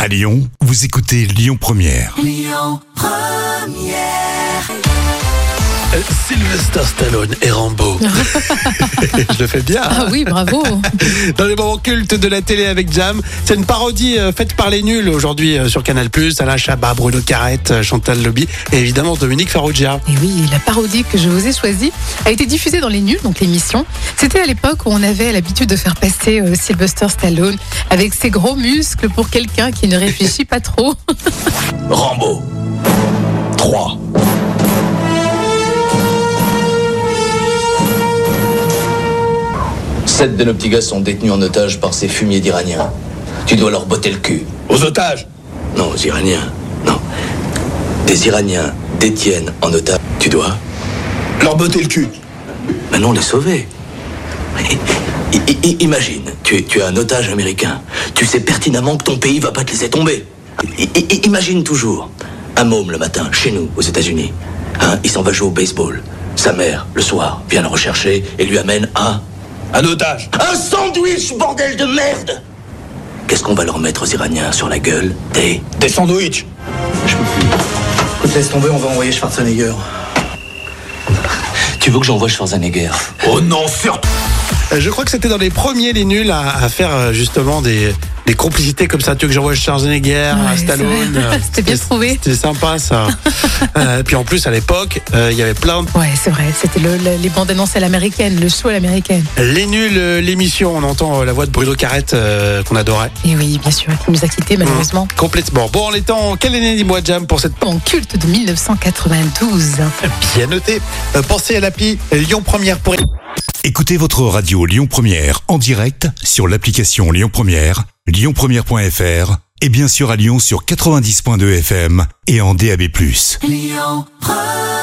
À Lyon, vous écoutez Lyon Première. Lyon Première. Sylvester Stallone et Rambo. Je le fais bien. Ah oui, bravo. Dans les moments cultes de la télé avec Jam. C'est une parodie faite par les nuls aujourd'hui sur Canal+. Alain Chabat, Bruno Carrette, Chantal Lobby et évidemment Dominique Farrugia. Et oui, la parodie que je vous ai choisie a été diffusée dans Les Nuls, donc l'émission. C'était à l'époque où on avait l'habitude de faire passer Sylvester Stallone avec ses gros muscles pour quelqu'un qui ne réfléchit pas trop. Rambo 3. Sept de nos petits gars sont détenus en otage par ces fumiers d'Iraniens. Tu dois leur botter le cul. Aux otages? Non, aux Iraniens. Non. Des Iraniens détiennent en otage. Tu dois Leur botter le cul. maintenant les sauver. Imagine, tu es un otage américain. Tu sais pertinemment que ton pays va pas te laisser tomber. Imagine toujours un môme le matin, chez nous, aux États-Unis. Il s'en va jouer au baseball. Sa mère, le soir, vient le rechercher et lui amène un otage. Un sandwich, bordel de merde! Qu'est-ce qu'on va leur mettre aux Iraniens sur la gueule? Des sandwichs. Écoute, laisse tomber, on va envoyer Schwarzenegger. Tu veux que j'envoie Schwarzenegger? Oh non, surtout. Je crois que c'était dans les premiers les nuls à faire justement des complicités comme ça. Tu veux que j'envoie Schwarzenegger, Ouais, Stallone. c'est vrai. C'était bien trouvé. C'était sympa ça. Puis en plus à l'époque, il y avait plein de... Ouais, c'est vrai. C'était les bandes annonces à l'américaine, le show à l'américaine. Les nuls, l'émission, on entend la voix de Bruno Carrette qu'on adorait. Et oui, bien sûr, qui nous a quittés malheureusement. Complètement. Bon, en étant, quelle année, dis-moi Jam, pour cette... En culte de 1992. Bien noté. Pensez à l'appli Lyon Première pour... Écoutez votre radio Lyon Première en direct sur l'application Lyon Première, lyonpremière.fr et bien sûr à Lyon sur 90.2 FM et en DAB+. Lyon Première.